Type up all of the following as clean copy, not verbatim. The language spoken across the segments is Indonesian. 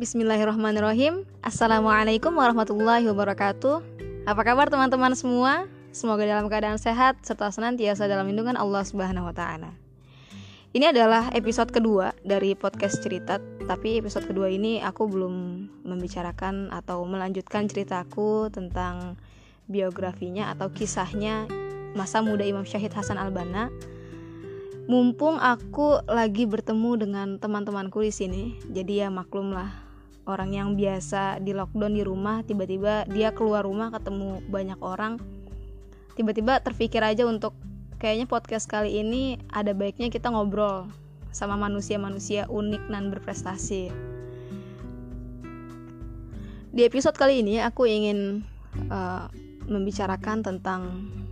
Bismillahirrahmanirrahim. Assalamualaikum warahmatullahi wabarakatuh. Apa kabar teman-teman semua? Semoga dalam keadaan sehat serta senantiasa dalam lindungan Allah Subhanahu wa taala. Ini adalah episode kedua dari podcast cerita. Tapi episode kedua ini aku belum membicarakan atau melanjutkan ceritaku tentang biografinya atau kisahnya masa muda Imam Syahid Hasan Al-Banna. Mumpung aku lagi bertemu dengan teman-temanku di sini, jadi ya maklumlah, orang yang biasa di lockdown di rumah, tiba-tiba dia keluar rumah ketemu banyak orang. Tiba-tiba terpikir aja untuk kayaknya podcast kali ini ada baiknya kita ngobrol sama manusia-manusia unik dan berprestasi. Di episode kali ini aku ingin membicarakan tentang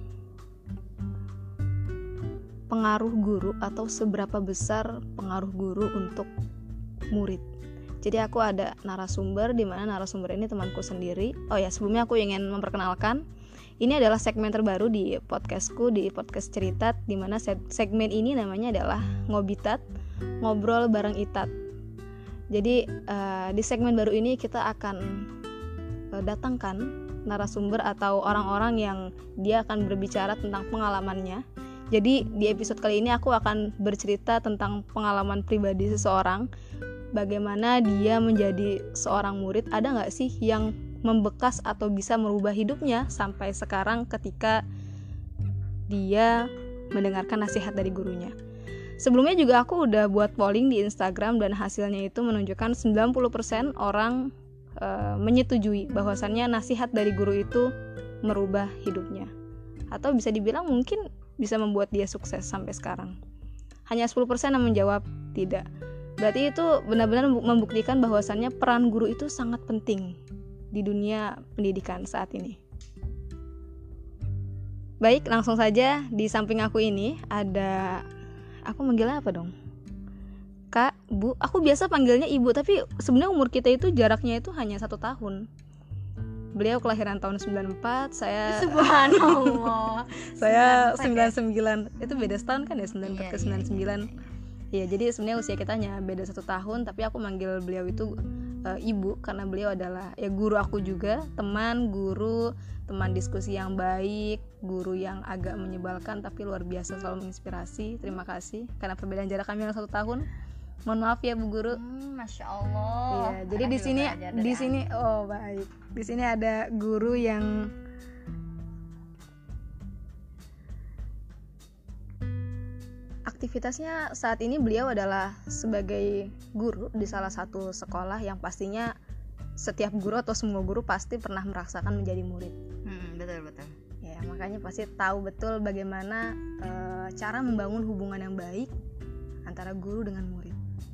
pengaruh guru atau seberapa besar pengaruh guru untuk murid. Jadi aku ada narasumber, di mana narasumber ini temanku sendiri. Oh ya, sebelumnya aku ingin memperkenalkan, ini adalah segmen terbaru di podcastku, di podcast cerita, di mana segmen ini namanya adalah Ngobitat, ngobrol bareng Itat. Jadi di segmen baru ini kita akan datangkan narasumber atau orang-orang yang dia akan berbicara tentang pengalamannya. Jadi di episode kali ini aku akan bercerita tentang pengalaman pribadi seseorang, bagaimana dia menjadi seorang murid. Ada gak sih yang membekas atau bisa merubah hidupnya sampai sekarang ketika dia mendengarkan nasihat dari gurunya. Sebelumnya juga aku udah buat polling di Instagram dan hasilnya itu menunjukkan 90% orang menyetujui bahwasannya nasihat dari guru itu merubah hidupnya. Atau bisa dibilang mungkin bisa membuat dia sukses sampai sekarang. Hanya 10% yang menjawab tidak. Berarti itu benar-benar membuktikan bahwasannya peran guru itu sangat penting di dunia pendidikan saat ini. Baik, langsung saja di samping aku ini ada, aku manggilnya apa dong? Kak, Bu, aku biasa panggilnya Ibu, tapi sebenarnya umur kita itu jaraknya itu hanya 1 tahun. Beliau kelahiran tahun 94, saya Subhanallah. saya 99. Itu beda setahun kan ya, 94 ke 99. Iya. Ya, jadi sebenarnya usia kita hanya beda 1 tahun, tapi aku manggil beliau itu Ibu karena beliau adalah ya guru aku juga, teman diskusi yang baik, guru yang agak menyebalkan tapi luar biasa, selalu menginspirasi. Terima kasih karena perbedaan jarak kami yang 1 tahun. Mohon maaf ya Bu Guru. Masya Allah. Iya, jadi di sini oh baik. Di sini ada guru yang aktivitasnya saat ini beliau adalah sebagai guru di salah satu sekolah yang pastinya setiap guru atau semua guru pasti pernah merasakan menjadi murid. Betul. Ya, makanya pasti tahu betul bagaimana cara membangun hubungan yang baik antara guru dengan murid.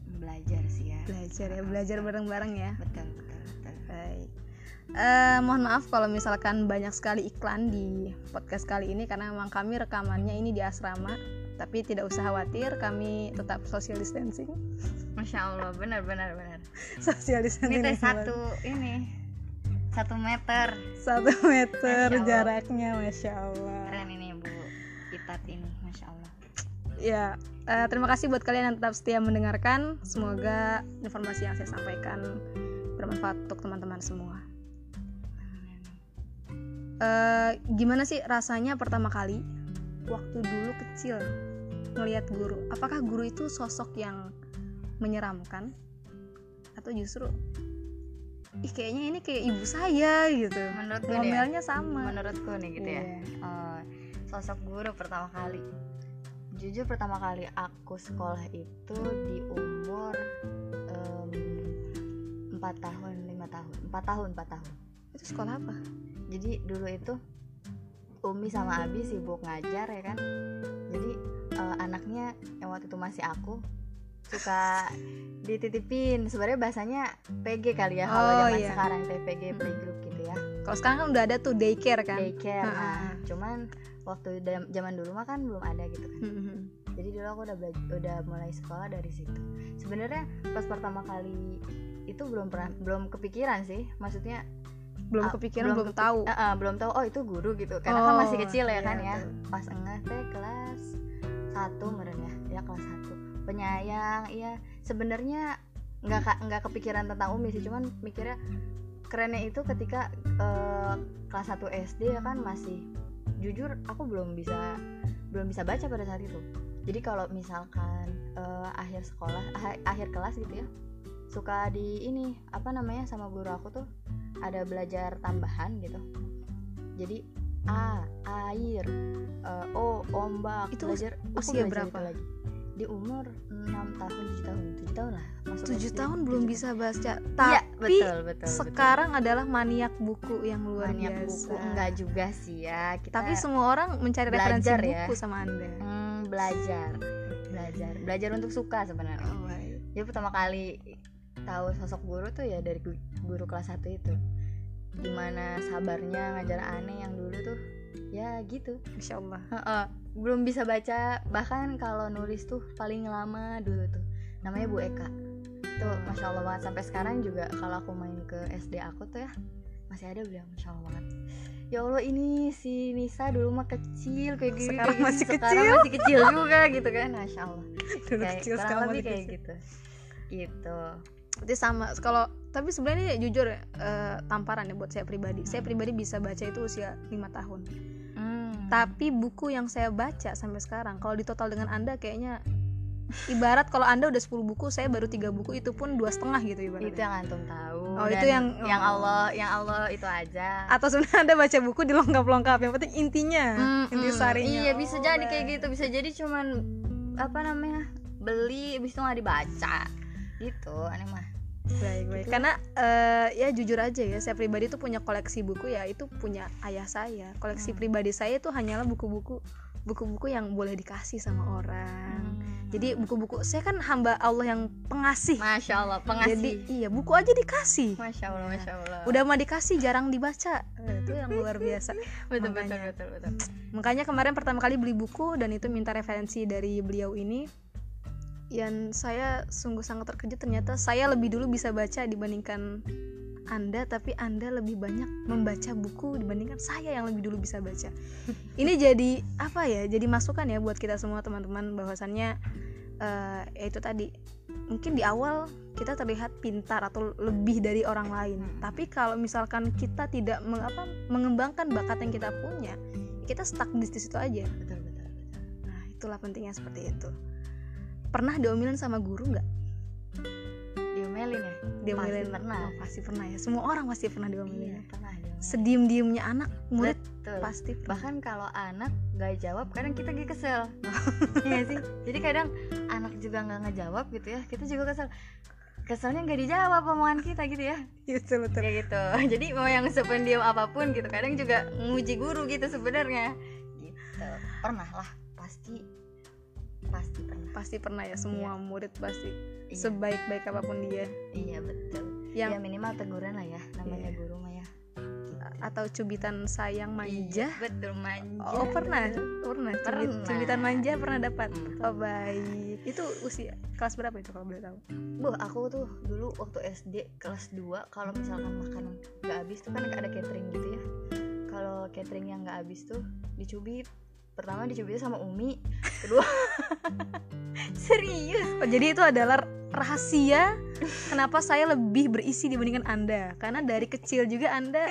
Belajar bareng-bareng ya. Betul. Baik. Mohon maaf kalau misalkan banyak sekali iklan di podcast kali ini karena memang kami rekamannya ini di asrama, tapi tidak usah khawatir, kami tetap social distancing. Masya Allah, benar. Social distancing. Ini 1 meter. 1 meter jaraknya, Masya Allah. Keren ini Bu Itat ini, Masya Allah. Ya, terima kasih buat kalian yang tetap setia mendengarkan. Semoga informasi yang saya sampaikan bermanfaat untuk teman-teman semua. Gimana sih rasanya pertama kali waktu dulu kecil ngelihat guru? Apakah guru itu sosok yang menyeramkan atau justru kayaknya ini kayak ibu saya gitu, Menurutku ngomelnya sama. Menurutku nih gitu ya. Sosok guru pertama kali. Jujur pertama kali aku sekolah itu di umur 4 tahun. Itu sekolah apa? Jadi dulu itu Umi sama Abi sibuk ngajar ya kan. Jadi anaknya yang waktu itu masih aku suka dititipin. Sebenarnya bahasanya PG kali ya kalau zaman sekarang, TPG playgroup gitu ya. Kalau sekarang kan udah ada tuh daycare kan? Daycare. Nah, cuman waktu zaman dulu mah kan belum ada gitu kan. Jadi dulu aku udah mulai sekolah dari situ. Sebenarnya pas pertama kali itu belum kepikiran sih. Maksudnya belum tahu. Belum tahu itu guru gitu. Karena kan masih kecil ya kan ya. Pas kelas 1 meren ya kelas 1. Penyayang, iya. Sebenarnya nggak kepikiran tentang Umi sih, cuman mikirnya kerennya itu ketika kelas 1 SD ya kan, masih jujur aku belum bisa baca pada saat itu. Jadi kalau misalkan akhir kelas gitu ya, suka di ini apa namanya sama guru aku tuh ada belajar tambahan gitu. Jadi air, ombak. Itu belajar usia berapa? lagi di umur 6 tahun 7 tahun lah, masuk 7 SD, tahun belum 7 bisa baca. Iya, Tapi betul. sekarang adalah maniak buku yang luar Maniak biasa. buku enggak juga sih ya, kita Tapi semua orang mencari referensi belajar buku ya. sama Anda. belajar untuk suka sebenarnya. Oh, baik. Jadi pertama kali tahu sosok guru tuh ya dari guru kelas 1 itu. Gimana sabarnya ngajar aneh yang dulu tuh ya gitu. Masya Allah. Belum bisa baca, bahkan kalau nulis tuh paling lama dulu tuh namanya Bu Eka tuh, Masya Allah banget. Sampai sekarang juga kalau aku main ke SD aku tuh ya masih ada beliau, Masya Allah banget. Ya Allah, ini si Nisa dulu mah kecil kayak gini, Sekarang masih sekarang kecil. masih kecil juga gitu kan, Masya Allah. Dulu Kayak kecil, kurang sekarang lebih masih kayak kecil. gitu. Berarti sama. Kalau tapi sebenarnya jujur tamparan ya buat saya pribadi. Saya pribadi bisa baca itu usia 5 tahun. Tapi buku yang saya baca sampai sekarang, kalau ditotal dengan Anda kayaknya ibarat kalau Anda udah 10 buku, saya baru 3 buku, itu pun 2,5 gitu ibaratnya. Itu yang antum tahu. Oh, dan itu yang Allah itu aja. Atau sebenarnya Anda baca buku dilengkap-lengkap, yang penting intinya, inti sarinya. Iya, bisa jadi kayak gitu, bisa jadi cuman apa namanya, beli habis itu nggak dibaca gitu, aneh mah. Baik. Gitu. Karena ya jujur aja ya, saya pribadi tuh punya koleksi buku, ya itu punya ayah saya. Koleksi pribadi saya itu hanyalah buku-buku yang boleh dikasih sama orang. Jadi buku-buku, saya kan hamba Allah yang pengasih. Masya Allah, pengasih. Jadi iya, buku aja dikasih. Masya Allah. Udah mah dikasih jarang dibaca. Itu yang luar biasa. betul. Makanya kemarin pertama kali beli buku dan itu minta referensi dari beliau ini. Yang saya sungguh sangat terkejut, ternyata saya lebih dulu bisa baca dibandingkan Anda, tapi Anda lebih banyak membaca buku dibandingkan saya yang lebih dulu bisa baca. Ini jadi apa ya? Jadi masukan ya buat kita semua teman-teman, bahwasannya ya itu tadi, mungkin di awal kita terlihat pintar atau lebih dari orang lain, tapi kalau misalkan kita tidak mengembangkan bakat yang kita punya, kita stuck di situ aja. Betul. Nah, itulah pentingnya seperti itu. Pernah diomelin sama guru nggak? Diomelin ya? Diomelin. Pernah. Oh, pasti pernah ya. Semua orang pasti pernah diomelin. Iya, pernah diomelin. Sediem-diemnya anak murid Betul. pasti pernah. Bahkan kalau anak nggak jawab, kadang kita lagi kesel. Iya sih. Jadi kadang anak juga nggak ngejawab gitu ya, kita juga kesel. Keselnya nggak dijawab omongan kita gitu ya. Betul. Kayak gitu. Jadi mau yang sependiam apapun gitu, kadang juga nguji guru gitu sebenarnya. Gitu. Pernah lah, pasti pernah. Pasti pernah ya, semua murid pasti Iya. sebaik-baik apapun dia. Iya betul. Yang Ya minimal teguran lah ya, namanya guru mah ya. atau cubitan sayang manja. Iya, betul, manja. Oh, pernah. Cubitan manja pernah dapat. Mm. Oh, baik. Itu usia kelas berapa itu kalau boleh tahu? Aku tuh dulu waktu SD kelas 2, kalau misalkan makanan nggak habis tuh kan ada catering gitu ya. Kalau catering yang nggak habis tuh dicubit. Pertama dicubitnya sama Umi, kedua serius. Oh, jadi itu adalah rahasia kenapa saya lebih berisi dibandingkan Anda, karena dari kecil juga Anda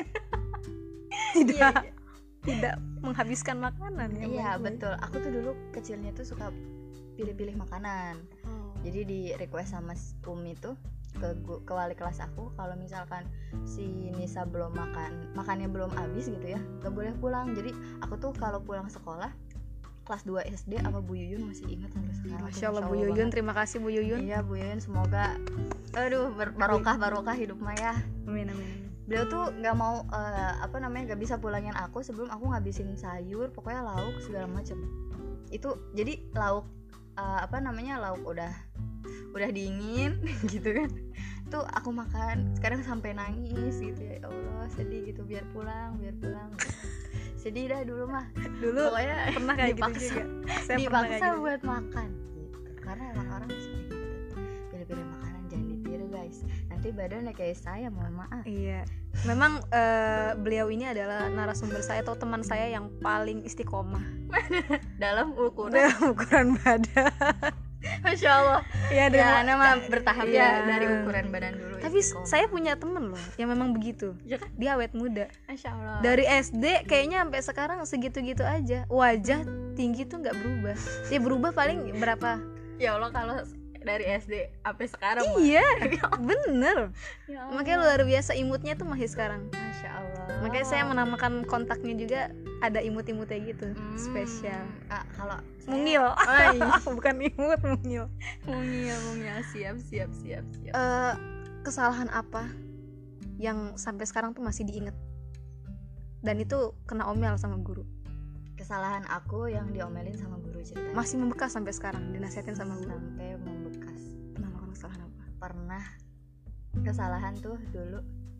tidak menghabiskan makanan ya. Iya betul. Aku tuh dulu kecilnya tuh suka pilih-pilih makanan. Jadi di request sama Umi tuh ke wali kelas aku, kalau misalkan si Nisa belum makannya belum habis gitu ya, gak boleh pulang. Jadi aku tuh kalau pulang sekolah kelas 2 SD sama Bu Yuyun masih ingat sampai sekarang. Masya Allah, Bu Yuyun, terima kasih Bu Yuyun. Iya Bu Yuyun, semoga barokah hidup Maya. Amin. Beliau tuh nggak mau nggak bisa pulangin aku sebelum aku ngabisin sayur, pokoknya lauk segala macam. Itu jadi lauk lauk udah dingin gitu kan, tuh aku makan sekarang sampai nangis gitu ya Allah, sedih gitu, biar pulang sedih dah dulu pokoknya pernah kayak dipaksa, gitu juga. Saya pernah dipaksa kayak gitu. buat makan gitu. Karena emang orang seperti itu, pilih-pilih makanan jangan ditiru guys, nanti badannya kayak saya, mohon maaf. Iya, memang beliau ini adalah narasumber saya atau teman saya yang paling istiqomah dalam ukuran ukuran badan. Masya Allah. Ya, Ya, nama bertahap Iya. ya, dari ukuran badan dulu. Tapi istiqomah. saya punya temen loh yang memang begitu. Ya kan? Dia awet muda. Masya Allah. Dari SD kayaknya sampai sekarang segitu-gitu aja. Wajah tinggi tuh nggak berubah. Dia berubah paling berapa? Ya Allah, kalau dari SD sampai sekarang. Iya, bener. Ya Allah. Makanya luar biasa, imutnya tuh masih sekarang. Masya Allah. Makanya saya menamakan kontaknya juga ada imut-imutnya gitu, spesial. Kalau Mungil. Bukan imut, mungil. mungil, siap. Kesalahan apa yang sampai sekarang tuh masih diinget? Dan itu kena omel sama guru. Kesalahan aku yang diomelin sama guru ceritanya. Masih membekas sampai sekarang, dinasihatin sama guru. Sampai membekas. Pernah melakukan kesalahan apa? Pernah kesalahan tuh dulu.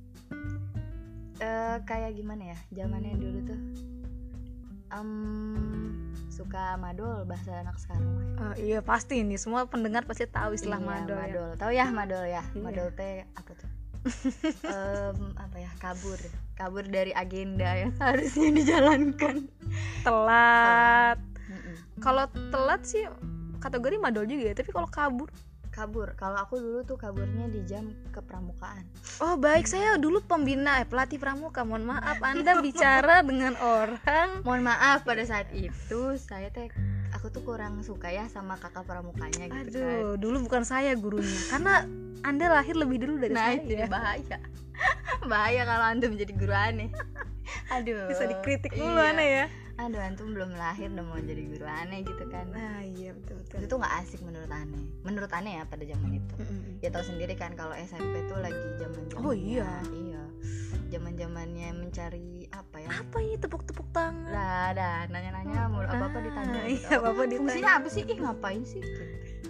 Kayak gimana ya? Zamannya dulu tuh. Suka madol, bahasa anak sekarang mah. Iya pasti nih, semua pendengar pasti tahu istilah Iya, madol. madol. Tahu ya madol ya? Iya. Madol teh apa tuh? Apa ya? Kabur dari agenda yang harusnya dijalankan. Telat. Mm-mm. Kalau telat sih kategori madol juga ya, tapi kalau kabur. Kalau aku dulu tuh kaburnya di jam kepramukaan. Oh baik, saya dulu pelatih pramuka. Mohon maaf, Anda bicara dengan orang. Mohon maaf, pada saat itu aku tuh kurang suka ya sama kakak pramukanya gitu kan. Aduh, dulu bukan saya gurunya, karena Anda lahir lebih dulu dari Nah, saya. itu jadi bahaya kalau antum jadi guru aneh. Aduh, Bisa dikritik dulu iya. aneh ya. Aduh, antum belum lahir udah mau jadi guru aneh gitu kan. Nah iya betul. Itu tuh nggak asik menurut aneh ya pada zaman itu. Ya tahu sendiri kan kalau SMP tuh lagi zaman-zamannya. Oh iya. Zaman-zamannya mencari apa ya? Apa ini tepuk-tepuk tangan? Lah, nanya-nanya mulu apa-apa ditanya. Iya, gitu. apa-apa ditanya. Fungsinya apa sih? Ngapain sih? Gitu.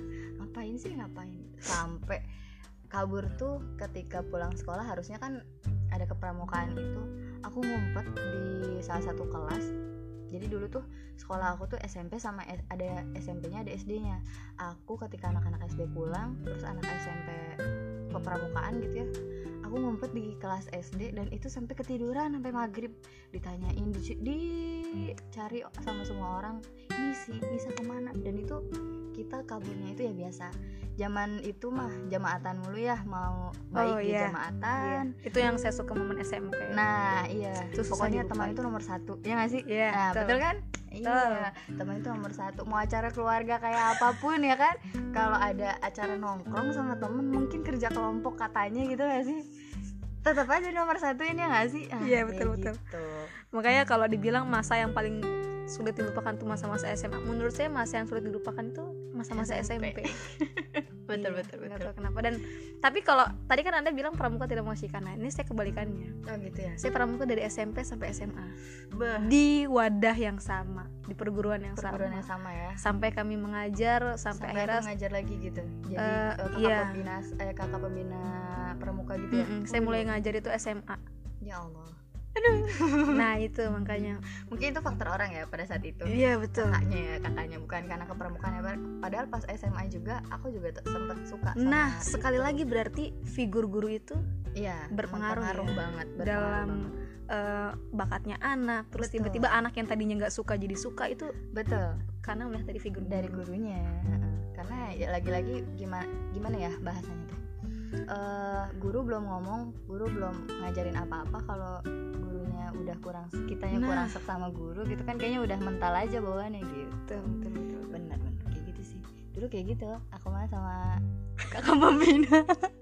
Ngapain? Sampai kabur tuh ketika pulang sekolah, harusnya kan ada kepramukaan itu. Aku ngumpet di salah satu kelas. Jadi dulu tuh sekolah aku tuh SMP sama ada SMP-nya, ada SD-nya. Aku ketika anak-anak SD pulang, terus anak SMP kepramukaan gitu ya, aku ngumpet di kelas SD dan itu sampai ketiduran sampai maghrib. Ditanyain, dicari sama semua orang, ini sih bisa kemana? Dan itu kita kaburnya itu ya biasa. Zaman itu mah jamaatan mulu ya, mau baik di jamaatan. Iya. Itu yang saya suka momen SMP. Nah iya, Itu susah pokoknya dilupain. teman itu nomor satu, ya nggak sih? Iya, Nah betul kan? Betul. Iya, teman itu nomor satu. Mau acara keluarga kayak apapun ya kan, kalau ada acara nongkrong sama temen, mungkin kerja kelompok katanya gitu nggak sih? Tetap aja nomor satu ini ya nggak sih? Iya, betul. Gitu. Makanya kalau dibilang masa yang paling sulit dilupakan tuh masa-masa SMA. Menurut saya masa yang sulit dilupakan itu masa-masa SMP. betul. Nggak tahu kenapa. Dan tapi kalau tadi kan Anda bilang pramuka tidak mengasihkan. Nah, ini saya kebalikannya. Oh gitu ya. Saya pramuka dari SMP sampai SMA. Di wadah yang sama, di perguruan yang Perguruan yang sama ya. Sampai kami mengajar sampai akhirnya ngajar lagi gitu. Jadi iya. kakak pembina pramuka gitu ya. Saya mulai ngajar itu SMA. Ya Allah. Nah itu makanya. Mungkin itu faktor orang ya pada saat itu. Iya betul. Kakaknya bukan karena kepramukaan ya. Padahal pas SMA juga aku juga sempat suka sama Nah sekali lagi berarti figur guru itu iya, berpengaruh ya, banget dalam bakatnya anak. Terus Betul. tiba-tiba anak yang tadinya nggak suka jadi suka itu betul karena melihat dari figur dari gurunya. Karena ya lagi-lagi gimana ya bahasanya tuh. Guru belum ngomong, guru belum ngajarin apa-apa, kalau gurunya udah kurang, kitanya kurang sek sama guru gitu kan, kayaknya udah mental aja bawaannya gitu. betul. Bener kayak gitu sih. Dulu kayak gitu aku mah sama kakak pembina.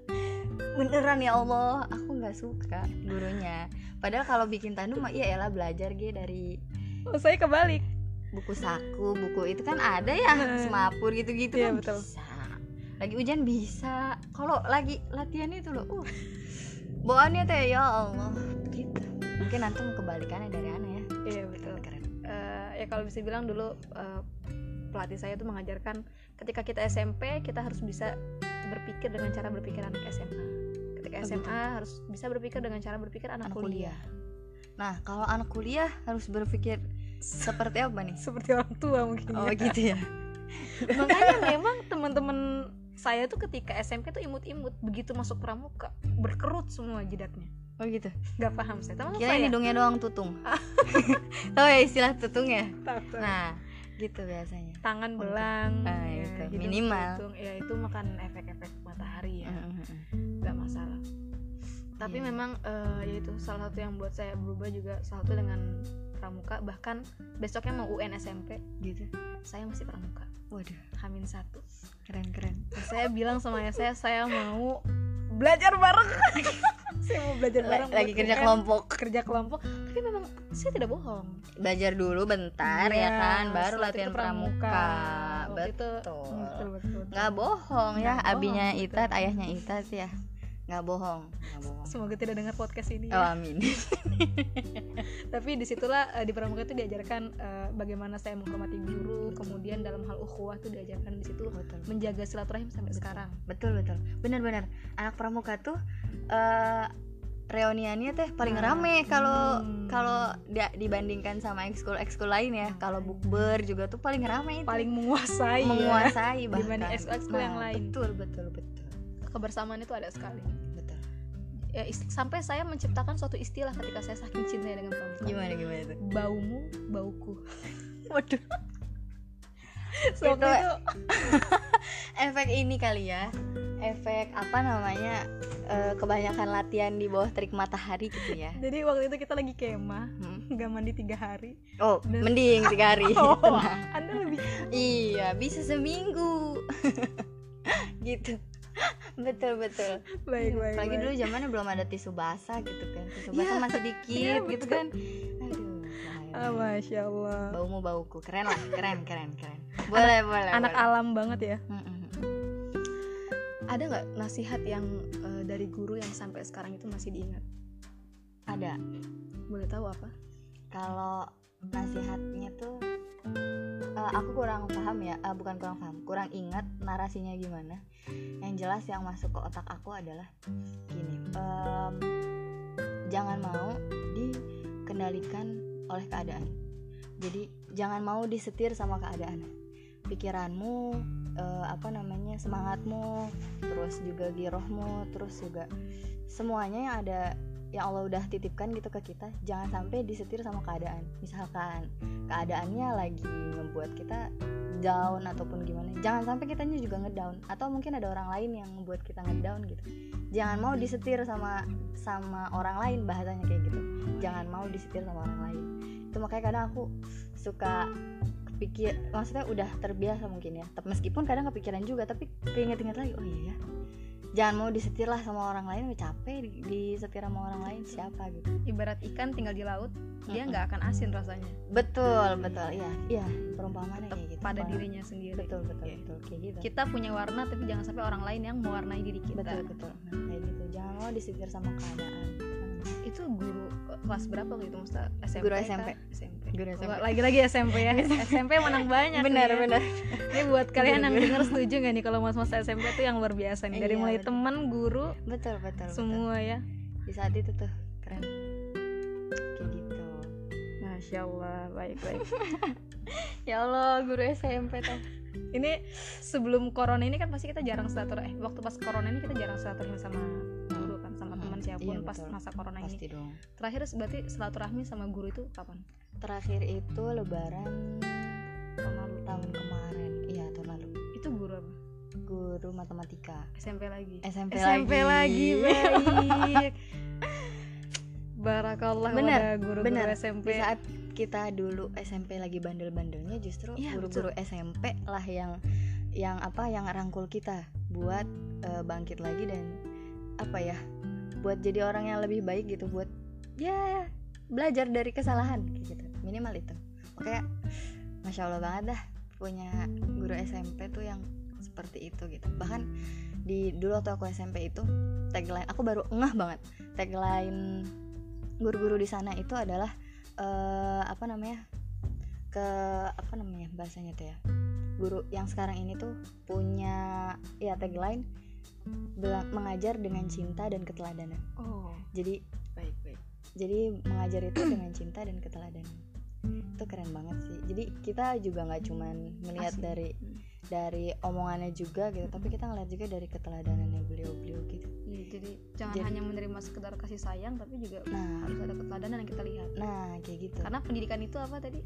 Beneran ya Allah, aku nggak suka gurunya. Padahal kalau bikin tandu mah iya elah belajar dari Saya kebalik. buku saku, buku itu kan ada ya, semapur gitu-gitu Iya, kan betul. bisa. Lagi ujian bisa. Kalau lagi latihan itu loh, bawaannya teh ya Allah gitu. Mungkin antum kebalikannya dari Ana ya. Iya betul. Keren. Ya kalau bisa bilang dulu pelatih saya itu mengajarkan ketika kita SMP kita harus bisa berpikir dengan cara berpikir anak SMA. Ketika SMA harus bisa berpikir dengan cara berpikir anak kuliah. Nah kalau anak kuliah harus berpikir seperti apa nih? Seperti orang tua mungkin. Oh gitu ya. Makanya memang teman-teman saya tuh ketika SMP tuh imut-imut, begitu masuk pramuka berkerut semua jidatnya. Oh gitu. Gak paham saya. Teman Kira saya. hidungnya doang tutung. Tahu ya istilah tutung ya? Tahu. Nah, gitu biasanya. Tangan belang, itu gitu, minimal. Ya itu makan efek-efek matahari ya, nggak masalah. Tapi memang ya itu salah satu yang buat saya berubah juga salah satu dengan pramuka. Bahkan besoknya mau UN SMP Gitu. saya masih pramuka. Waduh, H-1. keren. Saya bilang sama ayah saya mau belajar bareng. Saya mau belajar bareng Lagi buat kerja UN, kelompok. tapi memang saya tidak bohong. Belajar dulu bentar ya kan, baru setelah latihan itu pramuka. Waktu itu, Betul. betul. Nggak bohong ya, Nggak abinya bohong, Itat, betul. ayahnya Itat ya. Nggak bohong. Semoga tidak dengar podcast ini. Oh, Ya. amin. Tapi disitulah di pramuka itu diajarkan bagaimana saya menghormati guru. Kemudian dalam hal ukhuwah itu diajarkan di situ Betul. menjaga silaturahim sampai sekarang. Betul. Benar. Anak pramuka tuh reuniannya teh paling Nah, rame kalau dibandingkan sama ekskul lain ya. Kalau bukber juga tuh paling rame itu. Paling menguasai ya, bahkan dibanding ekskul yang lain. Betul. Kebersamaan itu ada sekali. Betul. Ya, sampai saya menciptakan suatu istilah ketika saya saking cintanya dengan pramuka. Gimana tuh? Baumu, bauku. Waduh. So, Itu itu efek ini kali ya. Efek apa namanya? Kebanyakan latihan di bawah terik matahari gitu ya. jadi waktu itu kita lagi kemah, nggak mandi 3 hari. Oh, mending 3 hari. Tenang. Anda lebih Iya, bisa seminggu. Gitu. Betul. baik. Apalagi dulu zamannya belum ada tisu basah gitu kan. Tisu basah masih dikit gitu kan. Aduh, Masya Allah. baumu bauku. Keren lah, keren. Boleh. Anak alam banget ya. Mm-mm. Ada nggak nasihat yang dari guru yang sampai sekarang itu masih diingat? Ada. Boleh tahu apa? Kalau nasihatnya tuh aku kurang paham ya, kurang ingat narasinya gimana. Yang jelas yang masuk ke otak aku adalah gini, jangan mau dikendalikan oleh keadaan. Jadi jangan mau disetir sama keadaan. Pikiranmu, semangatmu, terus juga girohmu, terus juga semuanya yang ada yang Allah udah titipkan gitu ke kita, jangan sampai disetir sama keadaan. Misalkan keadaannya lagi ngebuat kita down ataupun gimana, jangan sampai kitanya juga ngedown. Atau mungkin ada orang lain yang membuat kita ngedown gitu, jangan mau disetir sama orang lain, bahasanya kayak gitu. Jangan mau disetir sama orang lain. Itu makanya kadang aku suka kepikir, maksudnya udah terbiasa mungkin ya, meskipun kadang kepikiran juga, tapi keinget-inget lagi, oh iya ya, jangan mau disetir lah sama orang lain. Udah capek disetir sama orang lain, siapa gitu. Ibarat ikan tinggal di laut, dia nggak akan asin rasanya. Betul, iya, perumpamaannya kayak gitu. Pada dirinya sendiri. Betul, Oke. kayak gitu. Kita punya warna, tapi jangan sampai orang lain yang mewarnai diri kita. Betul. Nah, kayak gitu. Jangan mau disetir sama keadaan. Itu guru kelas berapa gitu, Musta? SMP? Guru SMP. Guru SMP. Lagi-lagi SMP ya. SMP menang banyak. Benar. Ini buat kalian yang dengar, setuju nggak nih kalau mas-mas SMP tuh yang luar biasa nih, dari Iya, mulai betul. teman, guru, Betul. semua ya. Di saat itu tuh keren. Kayak gitu. Masya Allah, baik. Ya Allah, guru SMP tuh. Ini sebelum corona ini kan pasti kita jarang silaturahmi. Waktu pas corona ini kita jarang silaturahmi sama guru kan, sama teman siapun. Iya, Pas betul. masa corona Pasti ini. dong. Terakhir berarti silaturahmi sama guru itu kapan? Terakhir itu lebaran tahun kemarin. Iya, tahun lalu. Itu guru apa? Guru matematika. SMP lagi. SMP lagi, baik. Barakallah Bener, pada guru-guru bener. SMP. Di saat kita dulu SMP lagi bandel-bandelnya, justru Iya, guru-guru SMP lah yang rangkul kita buat bangkit lagi dan buat jadi orang yang lebih baik gitu, buat ya belajar dari kesalahan kayak gitu, minimal itu. Oke, Masya Allah banget dah punya guru SMP tuh yang seperti itu gitu. Bahkan dulu waktu aku SMP itu, tagline aku baru ngeh banget, tagline guru-guru di sana itu adalah bahasanya tuh ya, guru yang sekarang ini tuh punya ya tagline mengajar dengan cinta dan keteladanan. Oh, Jadi baik. jadi mengajar itu dengan cinta dan keteladanan. Itu keren banget sih. Jadi kita juga nggak cuman melihat dari omongannya juga gitu, tapi kita ngeliat juga dari keteladanannya beliau gitu. Iya, jadi jangan hanya menerima sekedar kasih sayang, tapi juga Nah. harus ada keteladanan yang kita lihat. Nah, kayak gitu. Karena pendidikan itu apa tadi?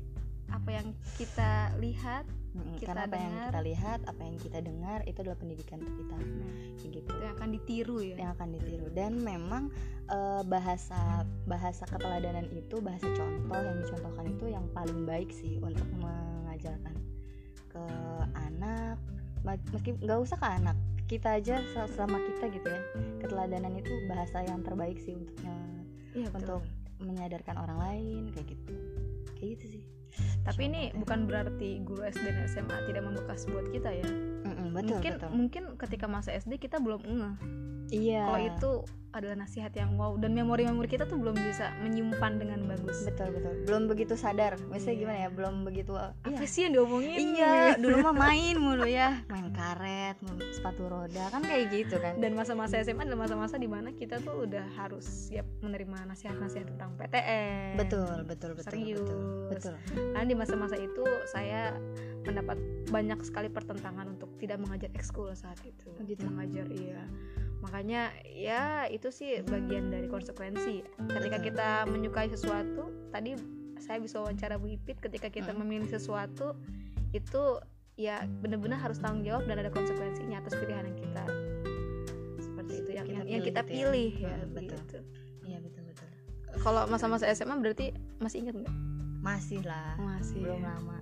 apa yang kita lihat, karena apa yang kita lihat, apa yang kita dengar itu adalah pendidikan untuk kita. Kayak gitu. Itu yang akan ditiru ya. Yang akan ditiru. Dan memang bahasa keteladanan itu, bahasa contoh yang dicontohkan itu yang paling baik sih untuk mengajarkan ke anak. Meski nggak usah ke anak, kita aja selama kita gitu ya. Keteladanan itu bahasa yang terbaik sih untuk menyadarkan orang lain kayak gitu sih. Tapi ini bukan berarti guru SD dan SMA tidak membekas buat kita ya. Mungkin ketika masa SD kita belum ngeh. Iya. Kalau itu adalah nasihat yang wow, dan memori-memori kita tuh belum bisa menyimpan dengan bagus. Betul. Belum begitu sadar. Maksudnya gimana ya? Belum begitu. Apa sih yang diomongin? Iya, dulu mah main mulu ya. Main karet, sepatu roda, kan kayak gitu kan. Dan masa-masa SMA adalah masa-masa di mana kita tuh udah harus siap menerima nasihat-nasihat tentang PTN. Betul. Serius. Betul. Karena di masa-masa itu saya mendapat banyak sekali pertentangan untuk tidak mengajar ekskul saat itu. Mengajar makanya ya itu sih bagian dari konsekuensi. Ketika kita menyukai sesuatu, tadi saya bisa wawancara Bu Ipit, ketika kita memilih sesuatu itu ya benar-benar harus tanggung jawab dan ada konsekuensinya atas pilihan yang kita seperti itu yang kita pilih ya. Betul. Gitu. Iya betul. Kalau masa-masa SMA berarti masih ingat nggak? Masih lah. Belum lama.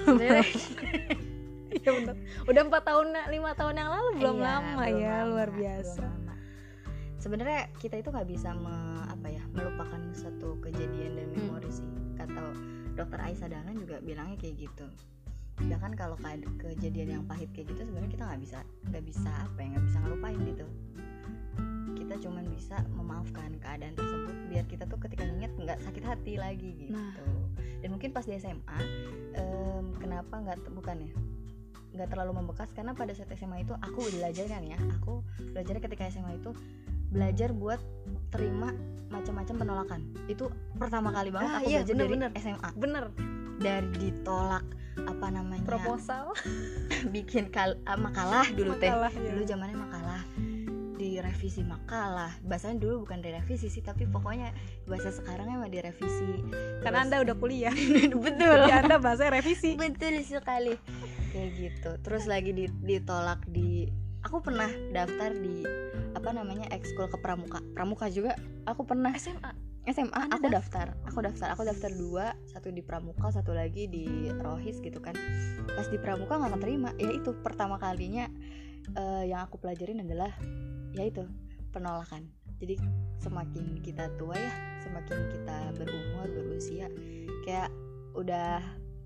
Ya benar. Udah 5 tahun yang lalu, belum lama ya, luar biasa. Sebenarnya kita itu nggak bisa melupakan satu kejadian dan memori sih. Kata Dr. Aisyah Dahlan juga bilangnya kayak gitu. Bahkan kalau kejadian yang pahit kayak gitu sebenarnya kita nggak bisa ngelupain gitu. Kita cuma bisa memaafkan keadaan tersebut biar kita tuh ketika ingat nggak sakit hati lagi gitu. Dan mungkin pas di SMA kenapa nggak terlalu membekas, karena pada saat SMA itu aku belajarnya ketika SMA itu belajar buat terima macam-macam penolakan. Itu pertama kali banget aku belajar dari SMA. Bener. Dari ditolak proposal, bikin makalah dulu dulu zamannya makalah, direvisi makalah. Bahasanya dulu bukan direvisi sih, tapi pokoknya bahasa sekarangnya mah direvisi. Karena Anda udah kuliah. Betul. Jadi Anda bahasa revisi. Betul sekali. Kayak gitu. Terus lagi ditolak aku pernah daftar di ekskul ke pramuka juga. Aku pernah SMA aku daftar 2, satu di pramuka, satu lagi di rohis gitu kan. Pas di pramuka nggak keterima. Ya itu pertama kalinya yang aku pelajarin adalah yaitu penolakan. Jadi semakin kita tua ya, semakin kita berusia, kayak udah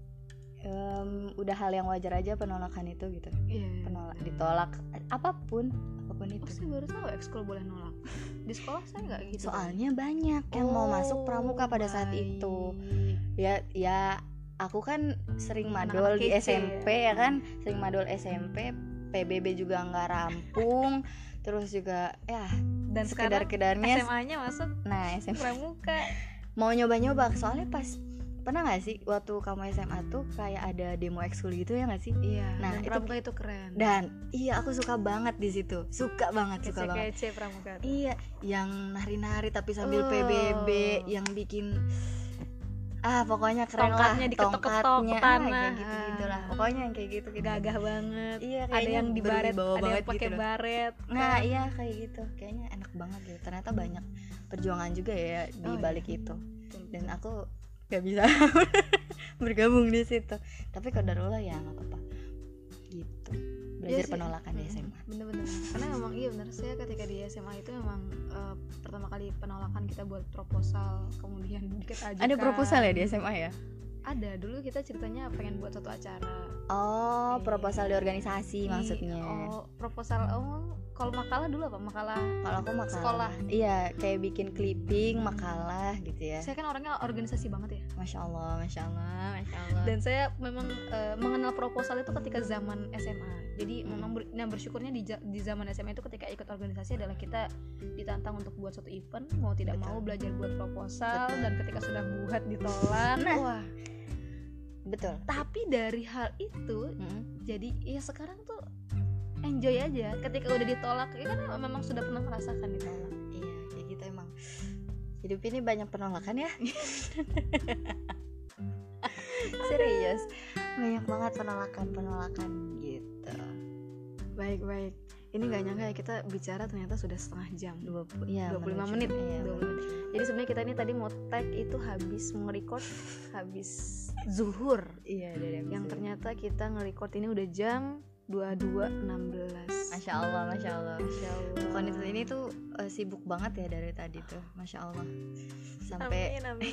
hal yang wajar aja penolakan itu gitu. Ditolak apapun itu. Saya baru tahu ekskul boleh nolak. Di sekolah saya nggak gitu. Soalnya banyak yang mau masuk pramuka pada saat itu. Ya aku kan sering madol di SMP ya kan, sering madol SMP, PBB juga nggak rampung. Terus juga ya dan sekedar-kedarnya SMA-nya masuk SMP pramuka. Mau nyoba-nyoba, soalnya pernah nggak sih waktu kamu SMA tuh kayak ada demo ekskul gitu ya nggak sih? Iya. Nah itu pramuka itu keren. Dan aku suka banget di situ, suka banget. Kece pramuka. Iya, yang nari-nari tapi sambil PBB, yang bikin pokoknya keren lah. Tongkatnya tanah, kayak gitu-gitulah. Pokoknya yang kayak gitu gagah banget. Iya, ada yang di baret, ada yang pakai gitu baret. Nah, iya kayak gitu. Kayaknya enak banget gitu. Ternyata banyak perjuangan juga ya di balik itu. Dan aku gak bisa bergabung di situ. Tapi qadarullah ya nggak apa-apa. Gitu. Belajar penolakan di SMA. Bener-bener. Karena memang benar, saya ketika di SMA itu memang pertama kali penolakan kita buat proposal, kemudian kita ajukan. Ada proposal ya di SMA ya? Ada. Dulu kita ceritanya pengen buat suatu acara. Proposal di organisasi maksudnya. Proposal. Kalau makalah dulu apa? Kalau aku makalah sekolah. Iya, kayak bikin clipping, makalah gitu ya. Saya kan orangnya organisasi banget ya. Masya Allah. Dan saya memang mengenal proposal itu ketika zaman SMA. Jadi memang bersyukurnya di zaman SMA itu ketika ikut organisasi adalah kita ditantang untuk buat suatu event, mau tidak mau belajar buat proposal. Dan ketika sudah buat ditolak. Wah. Betul. Tapi dari hal itu jadi ya sekarang tuh enjoy aja ketika udah ditolak, ya kan memang sudah pernah merasakan ditolak. Iya, kayak gitu emang. Hidup ini banyak penolakan ya. Serius, banyak banget penolakan gitu. Baik. Ini nggak nyangka ya kita bicara ternyata sudah setengah jam. 25 menit. Iya, 20 menit. Jadi sebenarnya kita ini tadi mau tag itu habis nge-record habis zuhur. Iya, yang ternyata kita nge-record ini udah jam 22.16. Masya Allah. Wanita ini tuh sibuk banget ya dari tadi tuh, Masya Allah. Sampai Amin.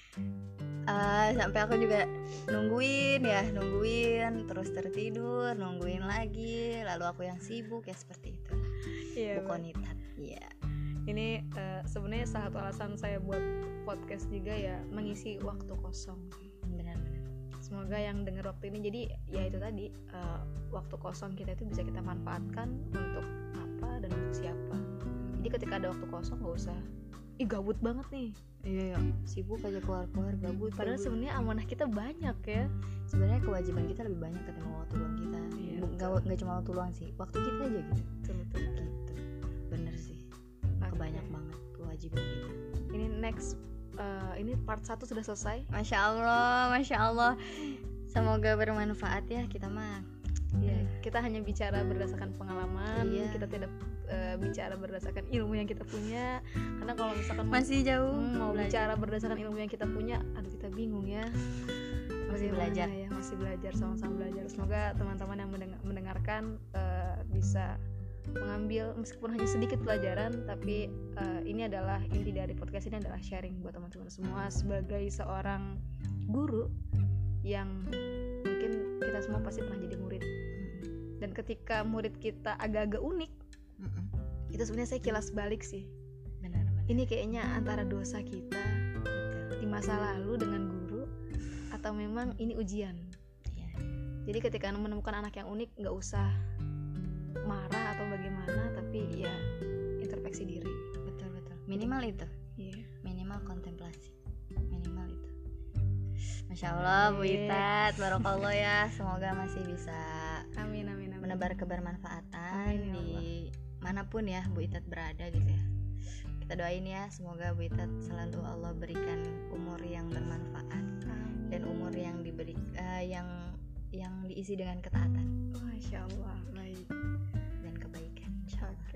Sampai aku juga nungguin terus tertidur, nungguin lagi, lalu aku yang sibuk ya seperti itu. Iya, Bu Konitat. Iya. Ini sebenarnya salah satu alasan saya buat podcast juga ya, mengisi waktu kosong. Benar. Semoga yang dengar waktu ini, jadi ya itu tadi, waktu kosong kita itu bisa kita manfaatkan untuk apa dan untuk siapa. Jadi ketika ada waktu kosong nggak usah gabut banget nih. Iya, sibuk aja keluar gabut. Padahal sebenarnya amanah kita banyak ya. Sebenarnya kewajiban kita lebih banyak ketimbang waktu luang kita. Iya, Nggak cuma waktu luang sih, waktu kita aja gitu. Betul. Gitu. Bener sih. Kebanyak banget kewajiban kita. Ini next, ini part 1 sudah selesai. Masya Allah. Semoga bermanfaat ya, kita mah. Ya, kita hanya bicara berdasarkan pengalaman. Iya. Kita tidak bicara berdasarkan ilmu yang kita punya. Karena kalau misalkan Masih jauh mau bicara berdasarkan ilmu yang kita punya, aduh kita bingung ya. Masih belajar ya, masih belajar, sama-sama belajar. Semoga teman-teman yang mendengarkan bisa mengambil meskipun hanya sedikit pelajaran, tapi ini adalah inti dari podcast ini adalah sharing buat teman-teman semua sebagai seorang guru yang mungkin kita semua pasti pernah jadi murid. Dan ketika murid kita agak-agak unik, itu sebenarnya saya kilas balik sih. Benar. Ini kayaknya antara dosa kita di masa lalu dengan guru, atau memang ini ujian. Ya. Jadi ketika menemukan anak yang unik, nggak usah marah atau bagaimana, tapi ya introspeksi diri. Betul. Minimal itu. Iya. Minimal kontemplasi. Minimal itu. Masya Allah, Bu Itat, barokallah ya. Semoga masih bisa Amin. menebar kebermanfaatan di manapun ya Bu Itat berada gitu ya. Kita doain ya, semoga Bu Itat selalu Allah berikan umur yang bermanfaat dan umur yang diberi yang diisi dengan ketaatan. Masya Allah, baik. Dan kebaikan. Oke.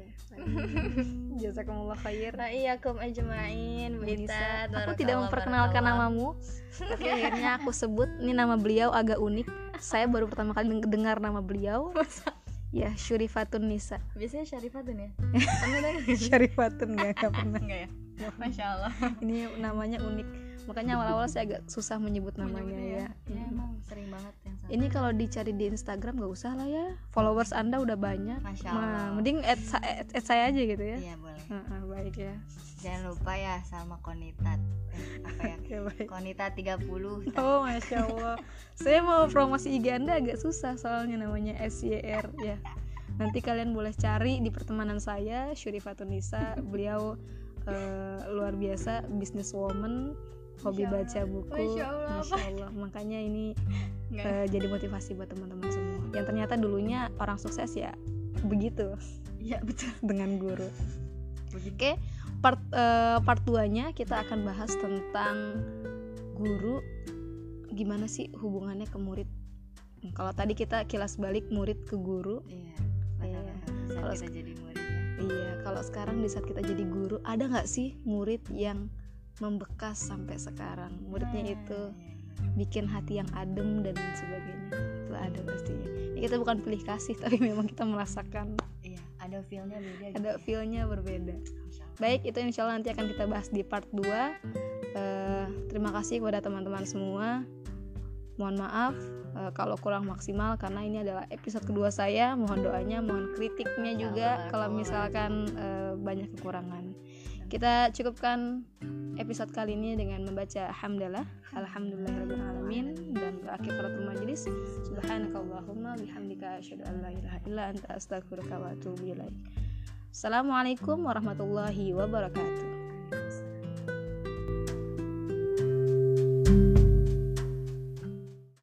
Jazakumullah khair. Iyakum ajmain Bu Itat. Aku tidak memperkenalkan namamu, tapi akhirnya aku sebut. Ini nama beliau agak unik. Saya baru pertama kali dengar nama beliau. Ya, Syurifatun Nisa. Biasanya Syarifatun ya? Syarifatun nggak pernah. Enggak ya? Masya Allah. Ini namanya unik. Makanya awal-awal saya agak susah menyebut namanya ya. Ya emang sering banget yang sama. Ini kalau dicari di Instagram nggak usah lah ya. Followers Anda udah banyak. Masya Allah. Mending add saya aja gitu ya. Iya boleh. Baik ya. Jangan lupa ya sama Konitat. Apa ya? Oke, baik. Konitat 30. Oh, Masya Allah. Saya mau promosi IG Anda agak susah soalnya namanya SYR ya. Nanti kalian boleh cari di pertemanan saya, Syurifatun Nisa. Beliau luar biasa, businesswoman, hobi baca buku. Masya Allah. Makanya ini jadi motivasi buat teman-teman semua yang ternyata dulunya orang sukses ya begitu. Iya betul. Dengan guru. Oke, part 2-nya kita akan bahas tentang guru, gimana sih hubungannya ke murid. Kalau tadi kita kilas balik murid ke guru. Iya. Kalau kita jadi murid ya. Iya, kalau sekarang di saat kita jadi guru, ada nggak sih murid yang membekas sampai sekarang? Muridnya itu bikin hati yang adem dan sebagainya. Itu ada pastinya. Ini kita bukan pilih kasih, tapi memang kita merasakan. Iya, ada feel-nya beda. Ada feel-nya berbeda. Baik, itu insya Allah nanti akan kita bahas di part 2. Terima kasih kepada teman-teman semua. Mohon maaf kalau kurang maksimal, karena ini adalah episode kedua saya. Mohon doanya, mohon kritiknya juga kalau misalkan banyak kekurangan. Kita cukupkan episode kali ini dengan membaca hamdalah, alhamdulillahirabbil alamin, dan berakhir kafaratul majlis. Subhanakallahumma bihamdika asyhadu an la ilaha illa anta astaghfiruka wa atubu ilaik. Assalamualaikum warahmatullahi wabarakatuh.